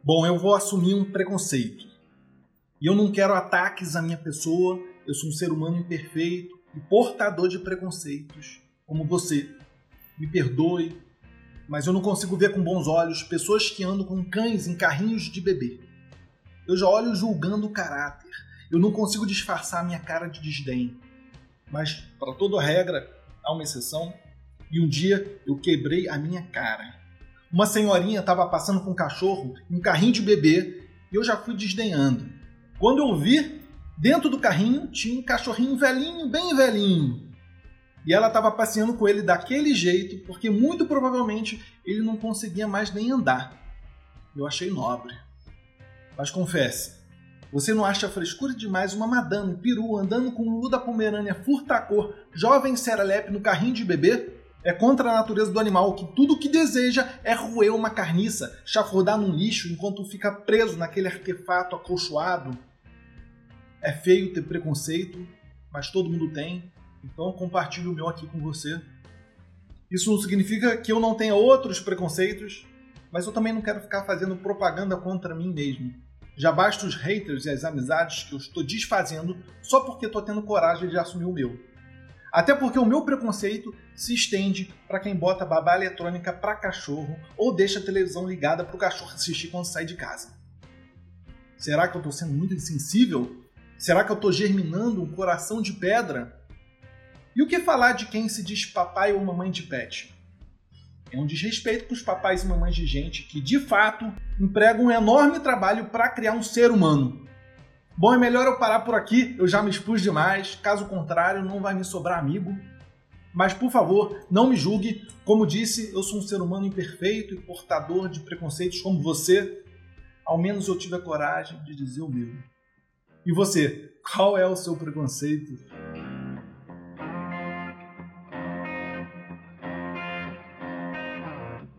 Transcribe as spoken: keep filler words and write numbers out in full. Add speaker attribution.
Speaker 1: Bom, eu vou assumir um preconceito. E eu não quero ataques à minha pessoa. Eu sou um ser humano imperfeito e portador de preconceitos, como você. Me perdoe, mas eu não consigo ver com bons olhos pessoas que andam com cães em carrinhos de bebê. Eu já olho julgando o caráter. Eu não consigo disfarçar a minha cara de desdém. Mas, para toda regra, há uma exceção. E um dia eu quebrei a minha cara. Uma senhorinha estava passando com um cachorro em um carrinho de bebê e eu já fui desdenhando. Quando eu vi, dentro do carrinho tinha um cachorrinho velhinho, bem velhinho. E ela estava passeando com ele daquele jeito porque muito provavelmente ele não conseguia mais nem andar. Eu achei nobre. Mas confesse, você não acha frescura demais uma madame peru andando com um Lulu da Pomerânia furta-cor, jovem serelepe no carrinho de bebê? É contra a natureza do animal que tudo o que deseja é roer uma carniça, chafurdar num lixo enquanto fica preso naquele artefato acolchoado. É feio ter preconceito, mas todo mundo tem, então eu compartilho o meu aqui com você. Isso não significa que eu não tenha outros preconceitos, mas eu também não quero ficar fazendo propaganda contra mim mesmo. Já basta os haters e as amizades que eu estou desfazendo só porque estou tendo coragem de assumir o meu. Até porque o meu preconceito se estende para quem bota babá eletrônica para cachorro ou deixa a televisão ligada para o cachorro assistir quando sai de casa. Será que eu estou sendo muito insensível? Será que eu estou germinando um coração de pedra? E o que falar de quem se diz papai ou mamãe de pet? É um desrespeito com os papais e mamães de gente que, de fato, empregam um enorme trabalho para criar um ser humano. Bom, é melhor eu parar por aqui, eu já me expus demais, caso contrário não vai me sobrar amigo. Mas, por favor, não me julgue. Como disse, eu sou um ser humano imperfeito e portador de preconceitos como você. Ao menos eu tive a coragem de dizer o meu. E você, qual é o seu preconceito?